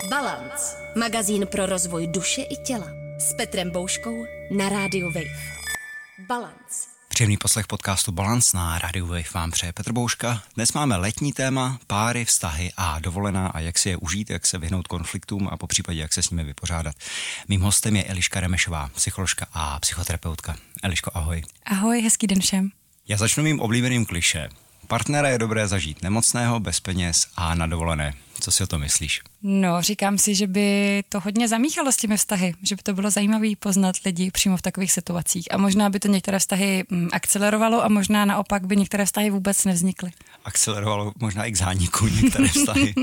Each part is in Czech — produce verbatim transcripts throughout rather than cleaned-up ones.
Balance, magazín pro rozvoj duše i těla. S Petrem Bouškou na rádiu Wave. Balance. Příjemný poslech podcastu Balance na rádiu Wave vám přeje Petr Bouška. Dnes máme letní téma, páry, vztahy a dovolená a jak si je užít, jak se vyhnout konfliktům a popřípadě jak se s nimi vypořádat. Mým hostem je Eliška Remešová, psycholožka a psychoterapeutka. Eliško, ahoj. Ahoj, hezký den všem. Já začnu mým oblíbeným klišé. Partnera je dobré zažít nemocného, bez peněz a na dovolené. Co si o to myslíš? No, říkám si, že by to hodně zamíchalo s těmi vztahy, že by to bylo zajímavé poznat lidi přímo v takových situacích a možná by to některé vztahy mm, akcelerovalo a možná naopak by některé vztahy vůbec nevznikly. Akcelerovalo možná i k zániku některé vztahy.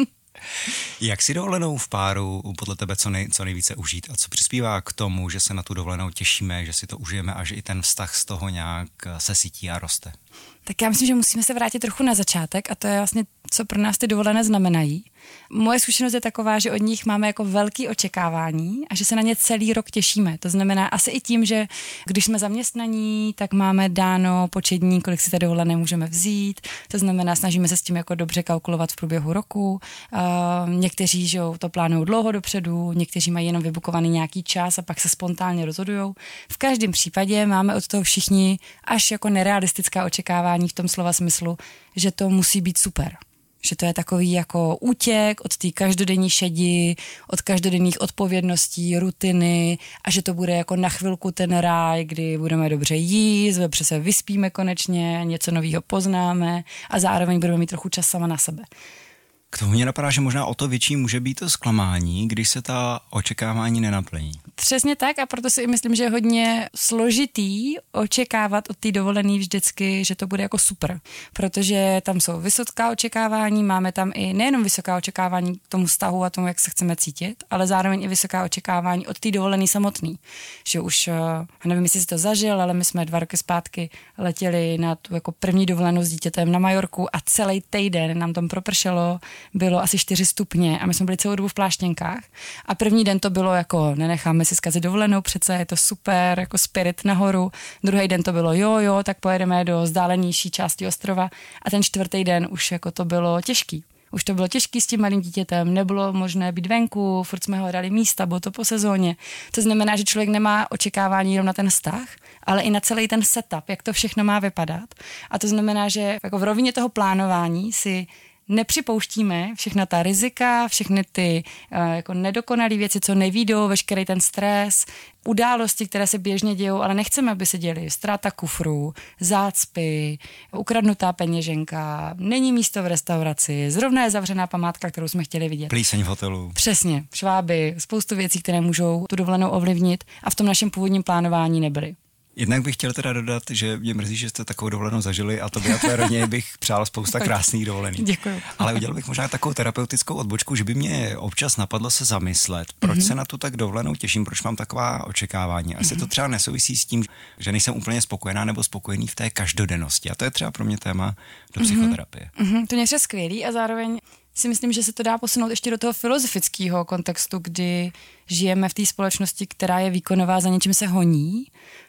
Jak si dovolenou v páru podle tebe co, nej, co nejvíce užít a co přispívá k tomu, že se na tu dovolenou těšíme, že si to užijeme a že i ten vztah z toho nějak se sytí a roste? Tak já myslím, že musíme se vrátit trochu na začátek a to je vlastně, co pro nás ty dovolené znamenají. Moje zkušenost je taková, že od nich máme jako velké očekávání a že se na ně celý rok těšíme. To znamená asi i tím, že když jsme zaměstnaní, tak máme dáno počet dní, kolik si té dovolené můžeme vzít. To znamená, snažíme se s tím jako dobře kalkulovat v průběhu roku. Uh, někteří že to plánují dlouho dopředu, někteří mají jenom vybukovaný nějaký čas a pak se spontánně rozhodujou. V každém případě máme od toho všichni až jako nerealistická očekávání v tom slova smyslu, že to musí být super. Že to je takový jako útěk od té každodenní šedi, od každodenních odpovědností, rutiny a že to bude jako na chvilku ten ráj, kdy budeme dobře jíst, dobře se vyspíme konečně, něco nového poznáme a zároveň budeme mít trochu čas sama na sebe. K tomu mě napadá, že možná o to větší může být to zklamání, když se ta očekávání nenaplní. Přesně tak a proto si myslím, že je hodně složitý očekávat od té dovolený vždycky, že to bude jako super. Protože tam jsou vysoká očekávání, máme tam i nejenom vysoká očekávání k tomu vztahu a tomu, jak se chceme cítit, ale zároveň i vysoká očekávání od té dovolený samotný. Že už, nevím, jestli jsi to zažil, ale my jsme dva roky zpátky letěli na tu jako první dovolenou s dítětem na Majorku a celý týden nám tam propršelo, bylo asi čtyři stupně a my jsme byli celou dobu v pláštěnkách a první den to bylo jako nenecháme si zkazit dovolenou, přece je to super, jako spirit nahoru, druhý den to bylo jo, jo, tak pojedeme do vzdálenější části ostrova a ten čtvrtý den už jako to bylo těžký. Už to bylo těžký s tím malým dítětem, nebylo možné být venku, furt jsme hledali místa, bylo to po sezóně. To znamená, že člověk nemá očekávání jenom na ten vztah, ale i na celý ten setup, jak to všechno má vypadat. A to znamená, že jako v rovině toho plánování si nepřipouštíme všechna ta rizika, všechny ty uh, jako nedokonalé věci, co nevídou, veškerý ten stres, události, které se běžně dějou, ale nechceme, aby se děly. Ztráta kufrů, zácpy, ukradnutá peněženka, není místo v restauraci, zrovna je zavřená památka, kterou jsme chtěli vidět. Plíseň v hotelu. Přesně, šváby, spoustu věcí, které můžou tu dovolenou ovlivnit a v tom našem původním plánování nebyly. Jednak bych chtěl teda dodat, že mě mrzí, že jste takovou dovolenou zažili a tobě a tvé rodině bych přál spousta krásných dovolených. Děkuju. Ale udělal bych možná takovou terapeutickou odbočku, že by mě občas napadlo se zamyslet, proč mm-hmm. se na tu tak dovolenou těším, proč mám taková očekávání. Asi mm-hmm. to třeba nesouvisí s tím, že nejsem úplně spokojená nebo spokojený v té každodennosti. A to je třeba pro mě téma do psychoterapie. Mm-hmm. To je něco skvělý a zároveň si myslím, že se to dá posunout ještě do toho filozofického kontextu, kdy žijeme v té společnosti, která je výkonová, za něčím se honí,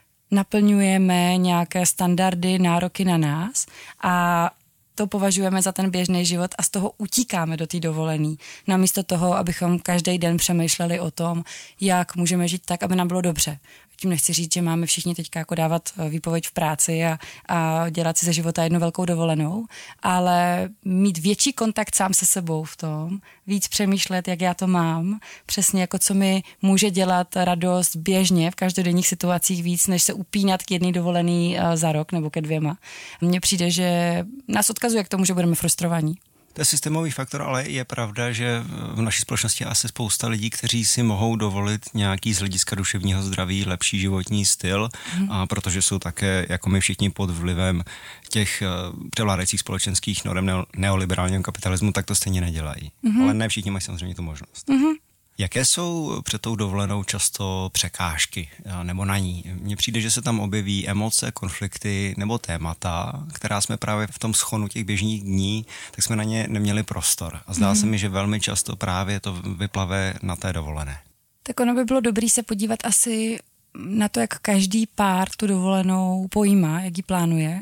naplňujeme nějaké standardy, nároky na nás a to považujeme za ten běžný život a z toho utíkáme do té dovolený. Namísto toho, abychom každý den přemýšleli o tom, jak můžeme žít tak, aby nám bylo dobře. Tím nechci říct, že máme všichni teďka jako dávat výpověď v práci a, a dělat si ze života jednu velkou dovolenou, ale mít větší kontakt sám se sebou v tom, víc přemýšlet, jak já to mám, přesně jako co mi může dělat radost běžně v každodenních situacích víc, než se upínat k jedné dovolený za rok nebo ke dvěma. Mně přijde, že nás odkazuje k tomu, že budeme frustrovaní. To je systémový faktor, ale je pravda, že v naší společnosti je asi spousta lidí, kteří si mohou dovolit nějaký z hlediska duševního zdraví lepší životní styl, mm. a protože jsou také, jako my všichni, pod vlivem těch převládajících společenských norem neoliberálního kapitalismu, tak to stejně nedělají. Mm. Ale ne všichni mají samozřejmě tu možnost. Mm. Jaké jsou před tou dovolenou často překážky nebo na ní? Mně přijde, že se tam objeví emoce, konflikty nebo témata, která jsme právě v tom schonu těch běžných dní, tak jsme na ně neměli prostor. A zdá mm. se mi, že velmi často právě to vyplave na té dovolené. Tak ono by bylo dobré se podívat asi na to, jak každý pár tu dovolenou pojímá, jak ji plánuje.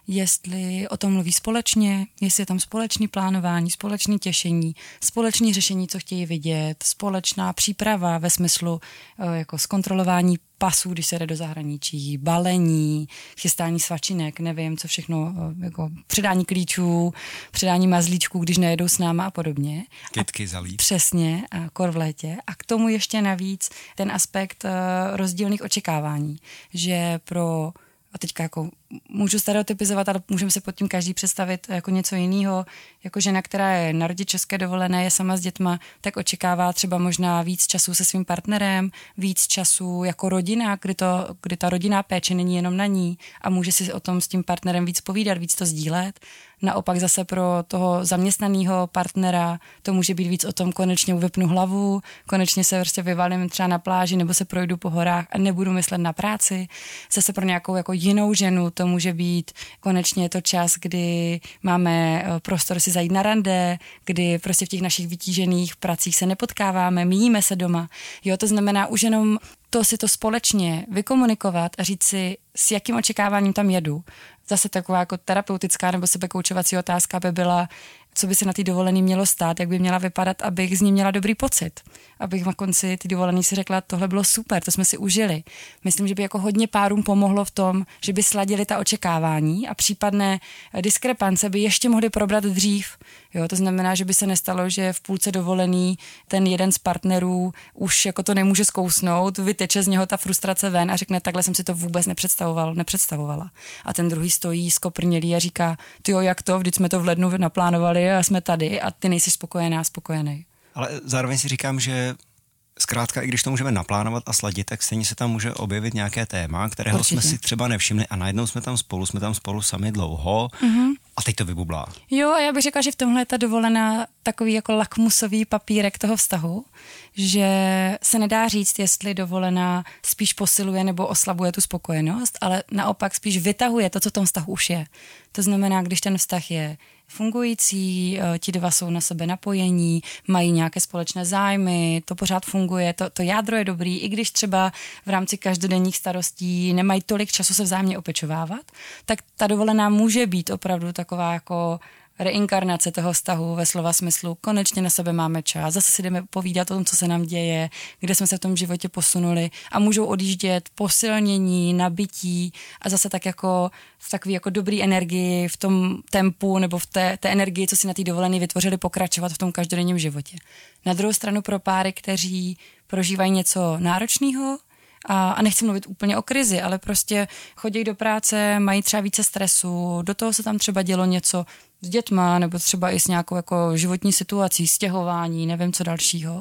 jestli o tom mluví společně, jestli je tam společný plánování, společné těšení, společné řešení, co chtějí vidět, společná příprava ve smyslu jako zkontrolování pasů, když se jde do zahraničí, balení, chystání svačinek, nevím, co všechno, jako předání klíčů, předání mazlíčků, když nejedou s náma a podobně. Kytky zalít. Přesně, a kor v létě. A k tomu ještě navíc ten aspekt uh, rozdílných očekávání, že pro a teďka jako můžu stereotypizovat, ale můžeme si pod tím každý představit jako něco jiného. Jako žena, která je na rodičovské dovolené, je sama s dětma, tak očekává třeba možná víc času se svým partnerem, víc času jako rodina, kdy, to, kdy ta rodinná péče není jenom na ní a může si o tom s tím partnerem víc povídat, víc to sdílet. Naopak zase pro toho zaměstnaného partnera to může být víc o tom, konečně vypnu hlavu, konečně se prostě vyvalím třeba na pláži nebo se projdu po horách a nebudu myslet na práci. Zase pro nějakou jako jinou ženu to může být konečně je to čas, kdy máme prostor si zajít na rande, kdy prostě v těch našich vytížených pracích se nepotkáváme, míjíme se doma. Jo, to znamená už jenom to si to společně vykomunikovat a říct si, s jakým očekáváním tam jedu. Zase taková jako terapeutická nebo sebekoučovací otázka by byla, co by se na té dovolené mělo stát, jak by měla vypadat, abych z ní měla dobrý pocit. Abych na konci ty dovolené si řekla, tohle bylo super, to jsme si užili. Myslím, že by jako hodně párům pomohlo v tom, že by sladili ta očekávání a případné diskrepance by ještě mohli probrat dřív. Jo, to znamená, že by se nestalo, že v půlce dovolený ten jeden z partnerů už jako to nemůže zkousnout, vyteče z něho ta frustrace ven a řekne, takhle jsem si to vůbec nepředstavoval, nepředstavovala. A ten druhý stojí skoprnělý a říká, ty jo, jak to, vždyť jsme to v lednu naplánovali a jsme tady a ty nejsi spokojená, spokojený. Ale zároveň si říkám, že zkrátka, i když to můžeme naplánovat a sladit, tak stejně se tam může objevit nějaké téma, kterého Určitě. jsme si třeba nevšimli a najednou jsme tam spolu, jsme tam spolu sami dlouho mm-hmm. a teď to vybublá. Jo, a já bych řekla, že v tomhle je ta dovolená takový jako lakmusový papírek toho vztahu, že se nedá říct, jestli dovolená spíš posiluje nebo oslabuje tu spokojenost, ale naopak spíš vytahuje to, co v tom vztahu už je. To znamená, když ten vztah je fungující, ti dva jsou na sebe napojení, mají nějaké společné zájmy, to pořád funguje, to, to jádro je dobrý, i když třeba v rámci každodenních starostí nemají tolik času se vzájemně opečovávat, tak ta dovolená může být opravdu taková jako reinkarnace toho vztahu ve slova smyslu, konečně na sebe máme čas, zase si jdeme povídat o tom, co se nám děje, kde jsme se v tom životě posunuli a můžou odjíždět posilnění, nabití a zase tak jako v takové jako dobrý energii, v tom tempu nebo v té, té energii, co si na té dovolené vytvořili, pokračovat v tom každodenním životě. Na druhou stranu pro páry, kteří prožívají něco náročného, A, a nechci mluvit úplně o krizi, ale prostě chodí do práce, mají třeba více stresu, do toho se tam třeba dělo něco s dětma, nebo třeba i s nějakou jako životní situací, stěhování, nevím co dalšího.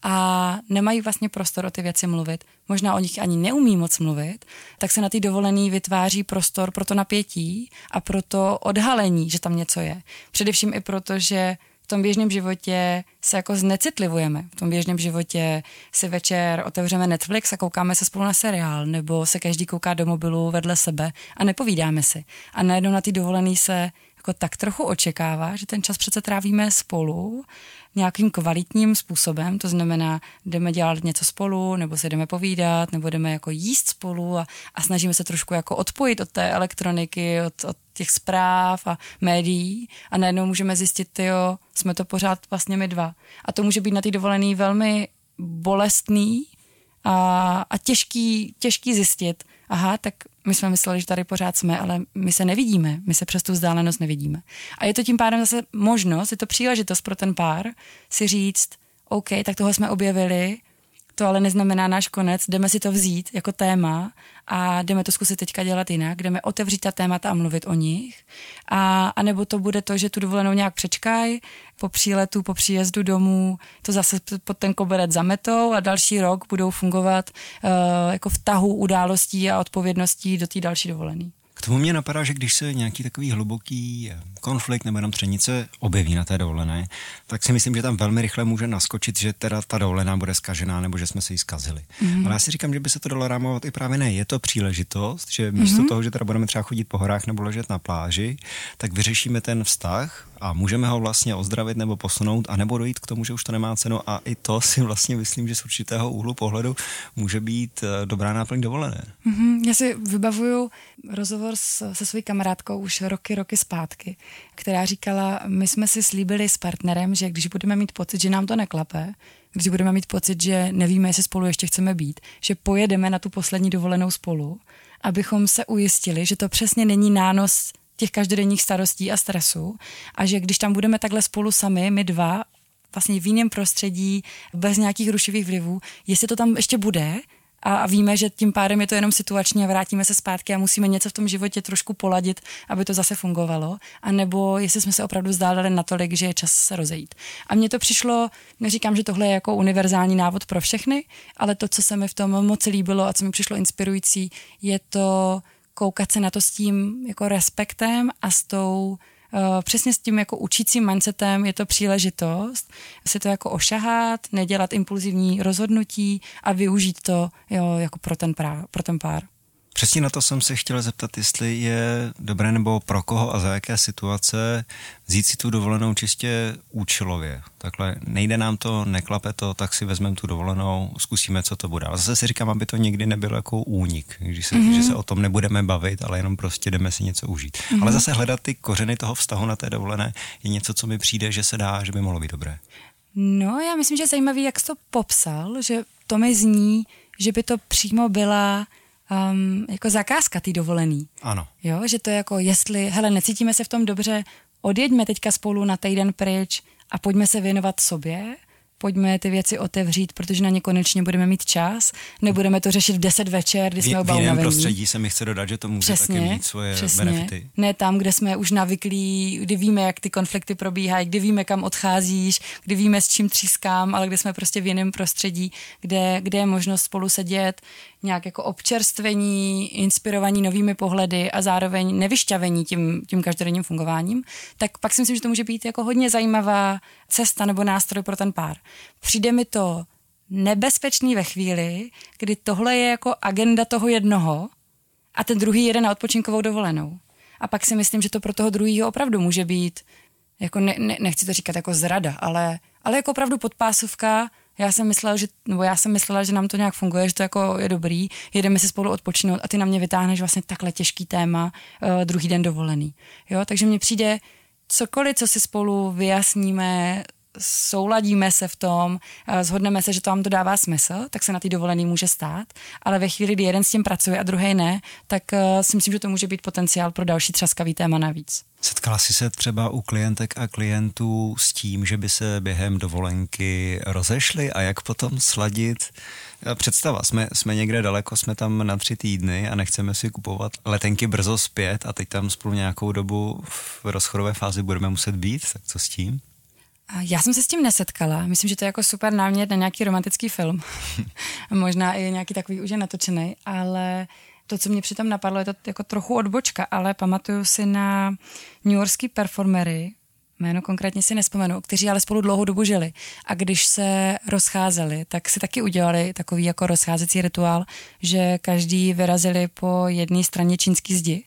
A nemají vlastně prostor o ty věci mluvit. Možná o nich ani neumí moc mluvit, tak se na té dovolené vytváří prostor pro to napětí a pro to odhalení, že tam něco je. Především i proto, že v tom běžném životě se jako znecitlivujeme. V tom běžném životě si večer otevřeme Netflix a koukáme se spolu na seriál, nebo se každý kouká do mobilu vedle sebe a nepovídáme si. A najednou na té dovolené se jako tak trochu očekává, že ten čas přece trávíme spolu nějakým kvalitním způsobem, to znamená, jdeme dělat něco spolu, nebo se jdeme povídat, nebo jdeme jako jíst spolu a, a snažíme se trošku jako odpojit od té elektroniky, od, od těch zpráv a médií a najednou můžeme zjistit, jo, jsme to pořád vlastně my dva. A to může být na té dovolené velmi bolestný a, a těžký, těžký zjistit, aha, tak my jsme mysleli, že tady pořád jsme, ale my se nevidíme, my se přes tu vzdálenost nevidíme. A je to tím pádem zase možnost, je to příležitost pro ten pár si říct, OK, tak tohle jsme objevili, to ale neznamená náš konec, jdeme si to vzít jako téma a jdeme to zkusit teďka dělat jinak, jdeme otevřít ta témata a mluvit o nich. A, a nebo to bude to, že tu dovolenou nějak přečkají, po příletu, po příjezdu domů, to zase pod ten koberec zametou a další rok budou fungovat uh, jako v tahu událostí a odpovědností do té další dovolené. K tomu mě napadá, že když se nějaký takový hluboký konflikt nebo jenom třenice objeví na té dovolené, tak si myslím, že tam velmi rychle může naskočit, že teda ta dovolená bude zkažená nebo že jsme se jí zkazili. Mm-hmm. Ale já si říkám, že by se to dalo rámovat i právě ne. Je to příležitost, že místo mm-hmm. toho, že teda budeme třeba chodit po horách nebo ležet na pláži, tak vyřešíme ten vztah a můžeme ho vlastně ozdravit nebo posunout a nebo dojít k tomu, že už to nemá cenu a i to si vlastně myslím, že z určitého úhlu pohledu může být dobrá náplň dovolené. Mm-hmm. Já si vybavuju rozhovor rozhovor s, se svojí kamarádkou už roky, roky zpátky, která říkala, my jsme si slíbili s partnerem, že když budeme mít pocit, že nám to neklape, když budeme mít pocit, že nevíme, jestli spolu ještě chceme být, že pojedeme na tu poslední dovolenou spolu, abychom se ujistili, že to přesně není nános těch každodenních starostí a stresu a že když tam budeme takhle spolu sami, my dva, vlastně v jiném prostředí, bez nějakých rušivých vlivů, jestli to tam ještě bude a víme, že tím pádem je to jenom situační a vrátíme se zpátky a musíme něco v tom životě trošku poladit, aby to zase fungovalo, anebo jestli jsme se opravdu vzdálili natolik, že je čas se rozejít. A mně to přišlo, neříkám, že tohle je jako univerzální návod pro všechny, ale to, co se mi v tom moc líbilo a co mi přišlo inspirující, je to koukat se na to s tím jako respektem a s tou Uh, přesně s tím jako učícím mindsetem je to příležitost si to jako ošahat, nedělat impulzivní rozhodnutí a využít to jo, jako pro ten, prá, pro ten pár. Přesně na to jsem se chtěl zeptat, jestli je dobré nebo pro koho a za jaké situace vzít si tu dovolenou čistě účelově. Takhle nejde nám to, neklape to, tak si vezmeme tu dovolenou, zkusíme, co to bude. Ale zase si říkám, aby to nikdy nebyl jako únik, že se, mm-hmm. že se o tom nebudeme bavit, ale jenom prostě jdeme si něco užít. Mm-hmm. Ale zase hledat ty kořeny toho vztahu na té dovolené je něco, co mi přijde, že se dá, že by mohlo být dobré. No, já myslím, že je zajímavý, jak jsi to popsal, že to mi zní, že by to přímo byla Um, jako zakázka tý dovolený. Ano. Jo, že to je jako, jestli, hele, necítíme se v tom dobře, odjeďme teďka spolu na týden pryč a pojďme se věnovat sobě, pojďme ty věci otevřít, protože na ně konečně budeme mít čas, nebudeme to řešit v deset večer, kdy jsme oba unavení. V jiném prostředí se mi chce dodat, že to může přesně, taky mít svoje přesně. benefity. Ne tam, kde jsme už navyklí, kdy víme, jak ty konflikty probíhají, kdy víme, kam odcházíš, kdy víme, s čím třískám, ale kde jsme prostě v jiném prostředí, kde, kde je možnost spolu sedět, nějak jako občerstvení, inspirovaní novými pohledy a zároveň nevyšťavení tím, tím každodenním fungováním, tak pak si myslím, že to může být jako hodně zajímavá cesta nebo nástroj pro ten pár. Přijde mi to nebezpečný ve chvíli, kdy tohle je jako agenda toho jednoho a ten druhý jede na odpočinkovou dovolenou. A pak si myslím, že to pro toho druhýho opravdu může být, jako ne, ne, nechci to říkat jako zrada, ale, ale jako opravdu podpásovka. Já jsem myslela, že, nebo já jsem myslela, že nám to nějak funguje, že to jako je dobrý, jedeme si spolu odpočinout a ty na mě vytáhneš vlastně takhle těžký téma uh, druhý den dovolený. Jo, takže mně přijde cokoliv, co si spolu vyjasníme, souladíme se v tom, shodneme se, že to vám to dává smysl, tak se na té dovolený může stát, ale ve chvíli, kdy jeden s tím pracuje a druhý ne, tak uh, si myslím, že to může být potenciál pro další třaskavý téma navíc. Setkala jsi se třeba u klientek a klientů s tím, že by se během dovolenky rozešli a jak potom sladit? Představa, jsme, jsme někde daleko, jsme tam na tři týdny a nechceme si kupovat letenky brzo zpět a teď tam spolu nějakou dobu v rozchodové fázi budeme muset být, tak co s tím? Já jsem se s tím nesetkala. Myslím, že to je jako super námět na nějaký romantický film. Možná i nějaký takový už je natočený, ale to, co mě přitom napadlo, je to jako trochu odbočka, ale pamatuju si na newyorský performery, jméno konkrétně si nespomenu, kteří ale spolu dlouhou dobu žili. A když se rozcházeli, tak si taky udělali takový jako rozcházecí rituál, že každý vyrazili po jedné straně čínský zdi.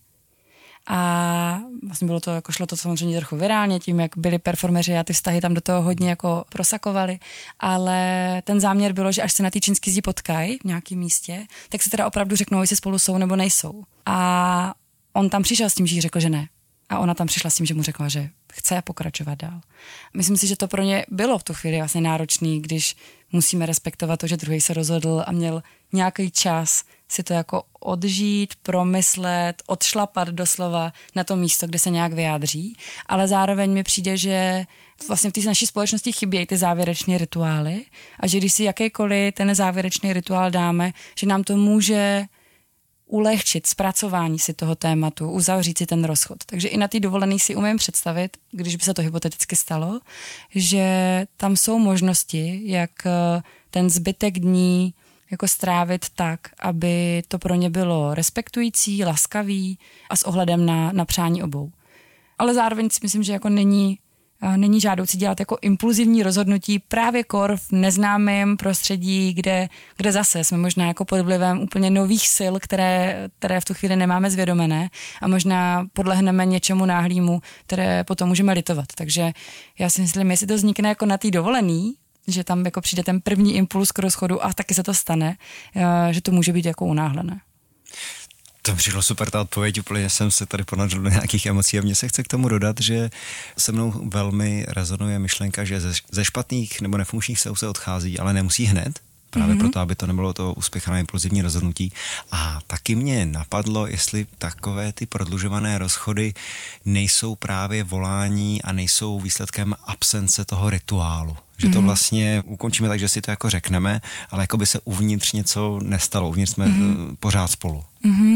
A vlastně bylo to, jako šlo to samozřejmě trochu virálně tím, jak byli performeři a ty vztahy tam do toho hodně jako prosakovali, ale ten záměr bylo, že až se na té čínský zdi potkají v nějakém místě, tak se teda opravdu řeknou, jestli spolu jsou nebo nejsou. A on tam přišel s tím, že jí řekl, že ne. A ona tam přišla s tím, že mu řekla, že chce pokračovat dál. Myslím si, že to pro ně bylo v tu chvíli vlastně náročný, když musíme respektovat to, že druhý se rozhodl a měl nějaký čas si to jako odžít, promyslet, odšlapat doslova na to místo, kde se nějak vyjádří, ale zároveň mi přijde, že vlastně v té naší společnosti chybějí ty závěrečné rituály a že když si jakýkoliv ten závěrečný rituál dáme, že nám to může ulehčit zpracování si toho tématu, uzavřít si ten rozchod. Takže i na té dovolené si umím představit, když by se to hypoteticky stalo, že tam jsou možnosti, jak ten zbytek dní jako strávit tak, aby to pro ně bylo respektující, laskavý a s ohledem na, na přání obou. Ale zároveň si myslím, že jako není, není žádoucí dělat jako impulzivní rozhodnutí právě kor v neznámém prostředí, kde, kde zase jsme možná jako pod vlivem úplně nových sil, které, které v tu chvíli nemáme zvědomené a možná podlehneme něčemu náhlýmu, které potom můžeme litovat. Takže já si myslím, jestli to vznikne jako na té dovolený, že tam jako přijde ten první impuls k rozchodu a taky se to stane, že to může být jako unáhlené. To přišlo super ta odpověď, úplně jsem se tady ponořil do nějakých emocí a mně se chce k tomu dodat, že se mnou velmi rezonuje myšlenka, že ze, ze špatných nebo nefunkčních vztahů se odchází, ale nemusí hned, právě mm-hmm. proto, aby to nebylo to uspěchané impulzivní rozhodnutí. A taky mě napadlo, jestli takové ty prodlužované rozchody nejsou právě volání a nejsou výsledkem absence toho rituálu. Že to vlastně ukončíme tak, že si to jako řekneme, ale jako by se uvnitř něco nestalo, uvnitř jsme mm-hmm. pořád spolu. Mm-hmm.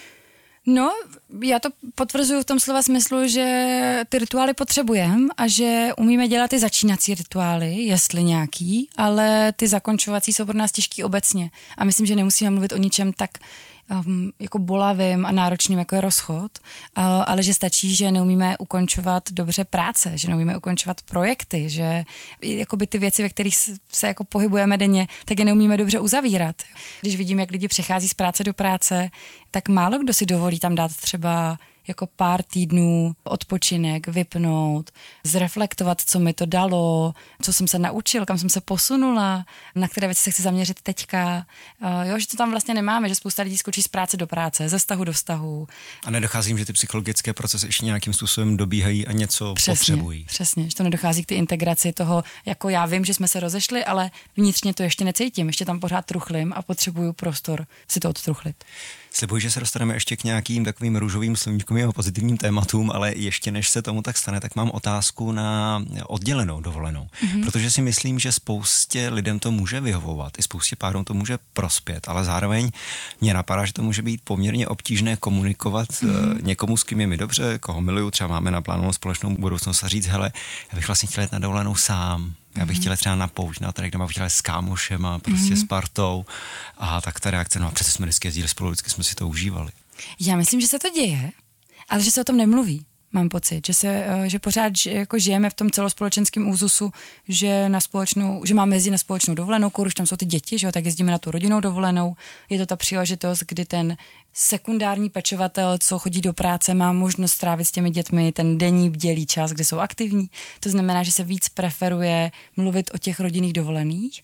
No, já to potvrzuju v tom slova smyslu, že ty rituály potřebujeme a že umíme dělat ty začínací rituály, jestli nějaký, ale ty zakončovací jsou pro nás těžký obecně. A myslím, že nemusíme mluvit o ničem tak um, jako bolavým a náročným, jako je rozchod, uh, ale že stačí, že neumíme ukončovat dobře práce, že neumíme ukončovat projekty, že jakoby ty věci, ve kterých se jako pohybujeme denně, tak je neumíme dobře uzavírat. Když vidím, jak lidi přechází z práce do práce, tak málo kdo si dovolí tam dát třeba jako pár týdnů odpočinek, vypnout, zreflektovat, co mi to dalo, co jsem se naučil, kam jsem se posunula, na které věci se chci zaměřit teďka. Uh, jo, že to tam vlastně nemáme, že spousta lidí skočí z práce do práce, ze vztahu do vztahu. A nedochází jim, že ty psychologické procesy ještě nějakým způsobem dobíhají a něco přesně, potřebují. Přesně, že to nedochází k té integraci toho, jako já vím, že jsme se rozešli, ale vnitřně to ještě necítím, ještě tam pořád truchlím a potřebuju prostor si to odtruchlit. Slibuji, že se dostaneme ještě k nějakým takovým růžovým sluníčkovým a pozitivním tématům, ale ještě než se tomu tak stane, tak mám otázku na oddělenou dovolenou. Mm-hmm. Protože si myslím, že spoustě lidem to může vyhovovat, i spoustě párům to může prospět, ale zároveň mě napadá, že to může být poměrně obtížné komunikovat mm-hmm. někomu, s kým je mi dobře, koho miluju, třeba máme naplánovanou společnou budoucnost a říct, hele, já bych vlastně chtěl jít na dovolenou sám. Já bych chtěla třeba na pouť, na tady, kde mám chtěla s kámošema, prostě mm-hmm. s partou. A tak ta reakce, no a přece jsme vždycky jezdili spolu, vždycky jsme si to užívali. Já myslím, že se to děje, ale že se o tom nemluví. Mám pocit, že, se, že pořád jako žijeme v tom celospolečenském úzusu, že, na společnou, že máme jezdit na společnou dovolenou, když tam jsou ty děti, že jo, tak jezdíme na tu rodinnou dovolenou. Je to ta příležitost, kdy ten sekundární pečovatel, co chodí do práce, má možnost strávit s těmi dětmi ten denní bdělý čas, kdy jsou aktivní. To znamená, že se víc preferuje mluvit o těch rodinných dovolených,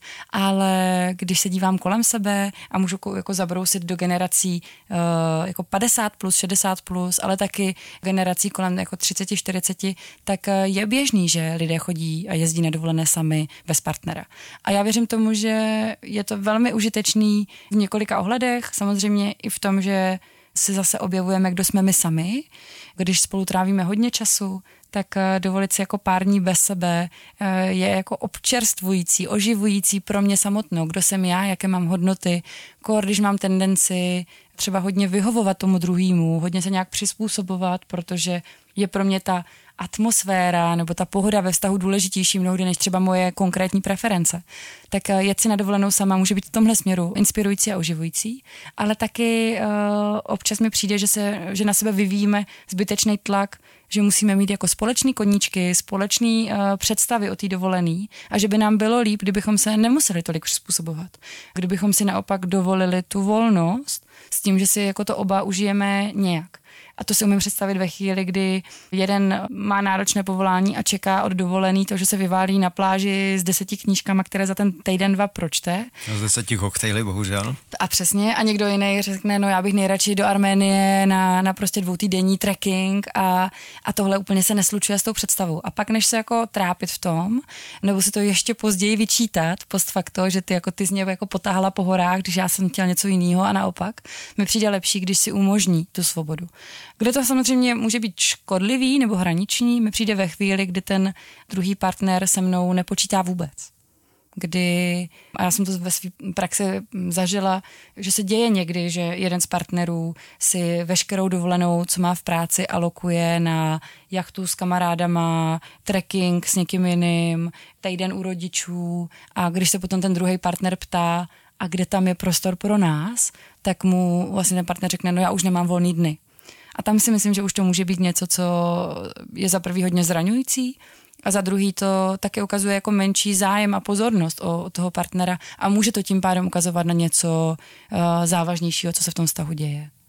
ale když se dívám kolem sebe a můžu jako zabrousit do generací uh, jako padesát plus, šedesát plus, ale taky generací kolem jako třicet, čtyřicet, tak je běžný, že lidé chodí a jezdí na dovolené sami bez partnera. A já věřím tomu, že je to velmi užitečný v několika ohledech, samozřejmě i v tom, že si zase objevujeme, kdo jsme my sami. Když spolu trávíme hodně času, tak dovolit si jako pár dní bez sebe je jako občerstvující, oživující pro mě samotnou. Kdo jsem já, jaké mám hodnoty. Kor, když mám tendenci třeba hodně vyhovovat tomu druhému, hodně se nějak přizpůsobovat, protože je pro mě ta atmosféra nebo ta pohoda ve vztahu důležitější mnohdy než třeba moje konkrétní preference. Tak jet si na dovolenou sama může být v tomhle směru inspirující a oživující, ale taky uh, občas mi přijde, že, se, že na sebe vyvíjíme zbytečný tlak, že musíme mít jako společný koníčky, společný uh, představy o té dovolený a že by nám bylo líp, kdybychom se nemuseli tolik přizpůsobovat. Kdybychom si naopak dovolili tu volnost s tím, že si jako to oba užijeme nějak. A to si umím představit ve chvíli, kdy jeden má náročné povolání a čeká od dovolený to, že se vyválí na pláži s deseti knížkama, které za ten týden dva pročte. No z deseti koktejly, bohužel. A přesně. A někdo jiný řekne, no já bych nejradši do Arménie na, na prostě dvoutýdenní trekking a, a tohle úplně se neslučuje s tou představou. A pak než se jako trápit v tom, nebo si to ještě později vyčítat post facto, že ty jako ty z něj jako potáhla po horách, když já jsem chtěla něco jiného a naopak, mi přijde lepší, když si umožní tu svobodu. Kde to samozřejmě může být škodlivý nebo hraniční, mi přijde ve chvíli, kdy ten druhý partner se mnou nepočítá vůbec. Kdy, a já jsem to ve své praxi zažila, že se děje někdy, že jeden z partnerů si veškerou dovolenou, co má v práci, alokuje na jachtu s kamarádama, trekking s někým jiným, týden u rodičů a když se potom ten druhý partner ptá, a kde tam je prostor pro nás, tak mu vlastně ten partner řekne, no já už nemám volný dny. A tam si myslím, že už to může být něco, co je za prvý hodně zraňující a za druhý to také ukazuje jako menší zájem a pozornost o, o toho partnera a může to tím pádem ukazovat na něco uh, závažnějšího, co se v tom vztahu děje.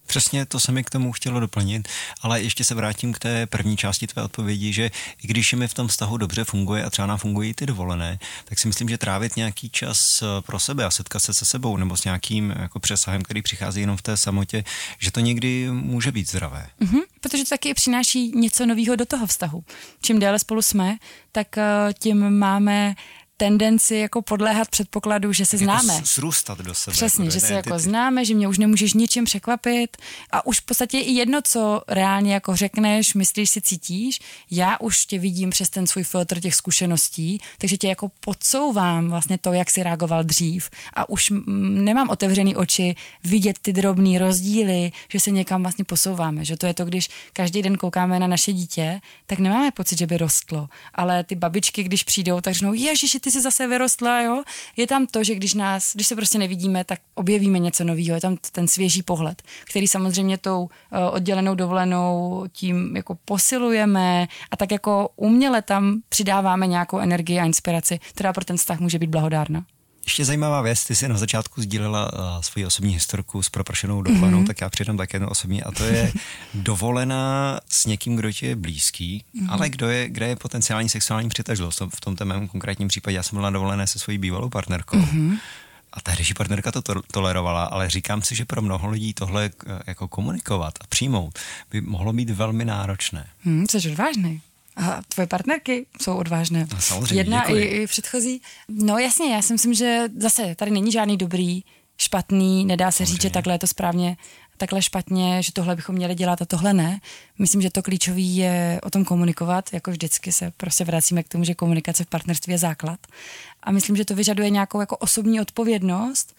Přesně to se mi k tomu chtělo doplnit, ale ještě se vrátím k té první části tvé odpovědi, že i když mi v tom vztahu dobře funguje a třeba nám fungují ty dovolené, tak si myslím, že trávit nějaký čas pro sebe a setkat se se sebou nebo s nějakým jako přesahem, který přichází jenom v té samotě, že to někdy může být zdravé. Mm-hmm, protože to taky přináší něco nového do toho vztahu. Čím déle spolu jsme, tak tím máme tendenci jako podléhat předpokladu, že se jako známe. Srůstat do sebe. Přesně, jako že se identity. jako známe, že mě už nemůžeš ničím překvapit a už v podstatě i jedno, co reálně jako řekneš, myslíš si, cítíš, já už tě vidím přes ten svůj filtr těch zkušeností, takže tě jako podsouvám vlastně to, jak jsi reagoval dřív a už m- nemám otevřený oči vidět ty drobný rozdíly, že se někam vlastně posouváme, že to je to, když každý den koukáme na naše dítě, tak nemáme pocit, že by rostlo, ale ty babičky, když přijdou, tak řeknou, ježiši, ty jsi zase vyrostla, jo. Je tam to, že když nás, když se prostě nevidíme, tak objevíme něco nového. Je tam ten svěží pohled, který samozřejmě tou uh, oddělenou dovolenou tím jako posilujeme a tak jako uměle tam přidáváme nějakou energii a inspiraci, která pro ten vztah může být blahodárná. Ještě zajímavá věc, ty jsi na začátku sdílela uh, svoji osobní historku s propršenou dovolenou, mm-hmm. tak já přidám také jednu osobní a to je dovolená s někým, kdo ti je blízký, mm-hmm. ale kdo je, kde je potenciální sexuální přitažlivost. V tomto mém konkrétním případě já jsem byla na dovolené se svojí bývalou partnerkou. Mm-hmm. A tehdejší partnerka to, to tolerovala, ale říkám si, že pro mnoho lidí tohle jako komunikovat a přijmout by mohlo být velmi náročné. Hmm, jsi odvážný. A tvoje partnerky jsou odvážné. No, samozřejmě, Jedna i, děkuji. i předchozí. No jasně, já si myslím, že zase tady není žádný dobrý, špatný, nedá se samozřejmě. říct, že takhle je to správně, takhle špatně, že tohle bychom měli dělat a tohle ne. Myslím, že to klíčový je o tom komunikovat, jako vždycky se prostě vracíme k tomu, že komunikace v partnerství je základ. A myslím, že to vyžaduje nějakou jako osobní odpovědnost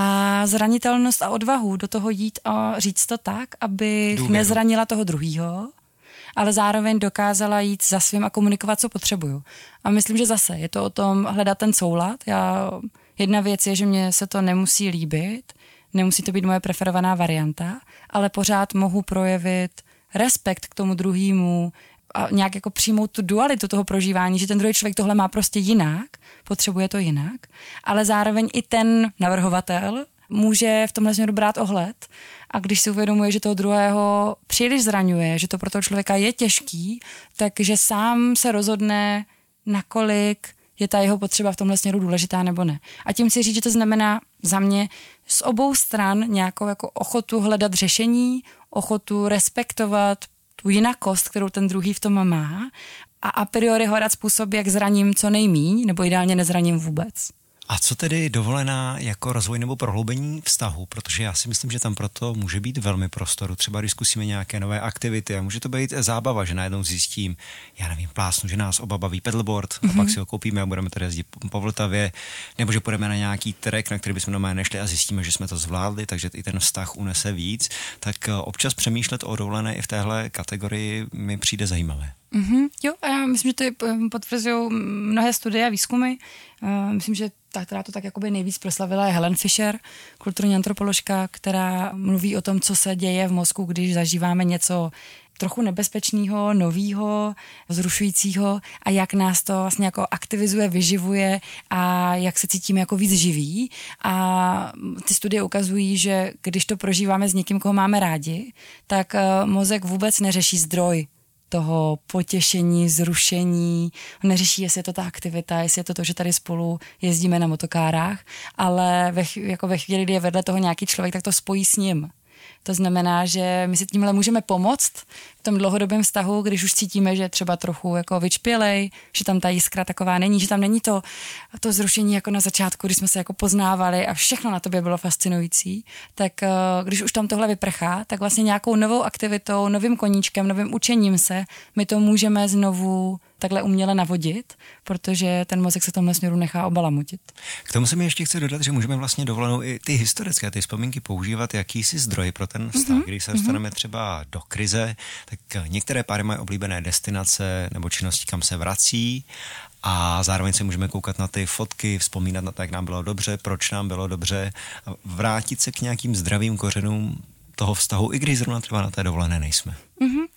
a zranitelnost a odvahu do toho jít a říct to tak, aby nezranila toho druhýho, ale zároveň dokázala jít za svým a komunikovat, co potřebuju. A myslím, že zase je to o tom hledat ten soulad. Já, jedna věc je, že mně se to nemusí líbit, nemusí to být moje preferovaná varianta, ale pořád mohu projevit respekt k tomu druhému a nějak jako přijmout tu dualitu toho prožívání, že ten druhý člověk tohle má prostě jinak, potřebuje to jinak, ale zároveň i ten navrhovatel může v tomhle směru brát ohled a když si uvědomuje, že toho druhého příliš zraňuje, že to pro toho člověka je těžký, takže sám se rozhodne, nakolik je ta jeho potřeba v tomhle směru důležitá nebo ne. A tím si říct, že to znamená za mě z obou stran nějakou jako ochotu hledat řešení, ochotu respektovat tu jinakost, kterou ten druhý v tom má a a priori hledat způsob, jak zraním co nejmíň, nebo ideálně nezraním vůbec. A co tedy dovolená jako rozvoj nebo prohloubení vztahu? Protože já si myslím, že tam proto může být velmi prostoru. Třeba když zkusíme nějaké nové aktivity a může to být zábava, že najednou zjistím, já nevím, plásnu, že nás oba baví paddleboard mm-hmm. a pak si ho koupíme a budeme tady jezdit po Vltavě, nebo že půjdeme na nějaký trek, na který bychom doma nešli a zjistíme, že jsme to zvládli, takže i ten vztah unese víc. Tak občas přemýšlet o dovolené i v téhle kategorii mi přijde zajímavé. Mm-hmm, jo, a já myslím, že to potvrzují mnohé studie a výzkumy. Uh, myslím, že ta, která to tak jakoby nejvíc proslavila, je Helen Fisher, kulturní antropoložka, která mluví o tom, co se děje v mozku, když zažíváme něco trochu nebezpečného, nového, vzrušujícího a jak nás to vlastně jako aktivizuje, vyživuje a jak se cítíme jako víc živí. A ty studie ukazují, že když to prožíváme s někým, koho máme rádi, tak uh, mozek vůbec neřeší zdroj toho potěšení, zrušení. On neřeší, jestli je to ta aktivita, jestli je to to, že tady spolu jezdíme na motokárách, ale ve, jako ve chvíli, kdy je vedle toho nějaký člověk, tak to spojí s ním. To znamená, že my si tímhle můžeme pomoct v tom dlouhodobém vztahu, když už cítíme, že třeba trochu jako vyčpělej, že tam ta jiskra taková není, že tam není to, to zrušení jako na začátku, když jsme se jako poznávali a všechno na tobě bylo fascinující, tak když už tam tohle vyprchá, tak vlastně nějakou novou aktivitou, novým koníčkem, novým učením se, my to můžeme znovu takhle uměle navodit, protože ten mozek se tomhle směru nechá obalamutit. K tomu se mi ještě chci dodat, že můžeme vlastně dovolenou i ty historické, ty vzpomínky používat jakýsi zdroj pro ten vztah. Mm-hmm. Když se dostaneme třeba do krize, tak některé páry mají oblíbené destinace nebo činnosti, kam se vrací a zároveň se můžeme koukat na ty fotky, vzpomínat na to, jak nám bylo dobře, proč nám bylo dobře a vrátit se k nějakým zdravým kořenům toho vztahu, i když zrovna třeba na té dovolené nejsme. Mm-hmm.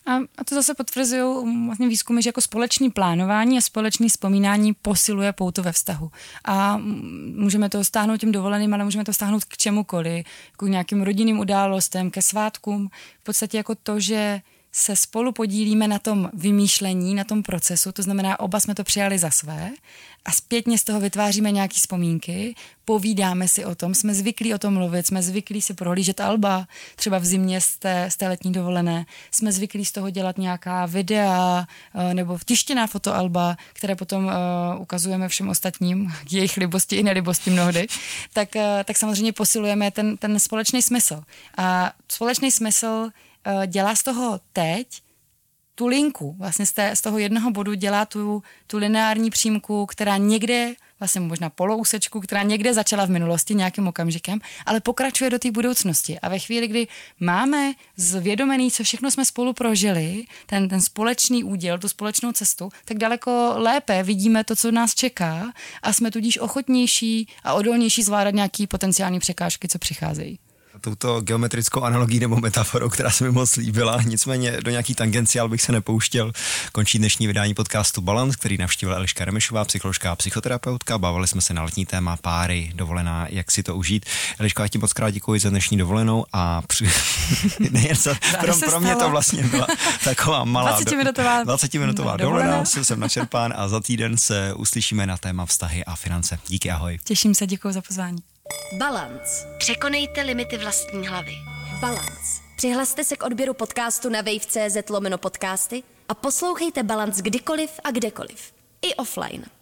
A, a to zase potvrzují vlastně výzkumy, že jako společný plánování a společný vzpomínání posiluje pouto ve vztahu. A můžeme to stáhnout tím dovoleným, ale můžeme to stáhnout k čemukoliv, k nějakým rodinným událostem, ke svátkům. V podstatě jako to, že se spolu podílíme na tom vymýšlení, na tom procesu, to znamená, oba jsme to přijali za své a zpětně z toho vytváříme nějaké vzpomínky, povídáme si o tom, jsme zvyklí o tom mluvit, jsme zvyklí si prohlížet alba, třeba v zimě z té, z té letní dovolené, jsme zvyklí z toho dělat nějaká videa nebo tištěná fotoalba, které potom uh, ukazujeme všem ostatním, k jejich libosti i nelibosti mnohdy, tak, uh, tak samozřejmě posilujeme ten, ten společný smysl. A společný smysl dělá z toho teď tu linku, vlastně z, té, z toho jednoho bodu dělá tu, tu lineární přímku, která někde, vlastně možná poloúsečku, která někde začala v minulosti nějakým okamžikem, ale pokračuje do té budoucnosti. A ve chvíli, kdy máme zvědomený, co všechno jsme spolu prožili, ten, ten společný úděl, tu společnou cestu, tak daleko lépe vidíme to, co nás čeká a jsme tudíž ochotnější a odolnější zvládat nějaký potenciální překážky, co přicházejí. Touto geometrickou analogií nebo metaforou, která se mi moc líbila, nicméně do nějaký tangenciál bych se nepouštěl. Končí dnešní vydání podcastu Balance, který navštívila Eliška Remešová, psycholožka a psychoterapeutka. Bavili jsme se na letní téma páry, dovolená, jak si to užít. Eliško, já ti moc krát děkuji za dnešní dovolenou a při... nejen za... pro, pro mě to vlastně byla taková malá dvacetiminutová dvacetiminutová dovolená, jsem načerpán a za týden se uslyšíme na téma vztahy a finance. Díky, ahoj. Těším se, děkuji za pozvání. Balance. Překonejte limity vlastní hlavy. Balance. Přihlaste se k odběru podcastu na wave tečka cz lomeno podcasty a poslouchejte Balance kdykoliv a kdekoliv. I offline.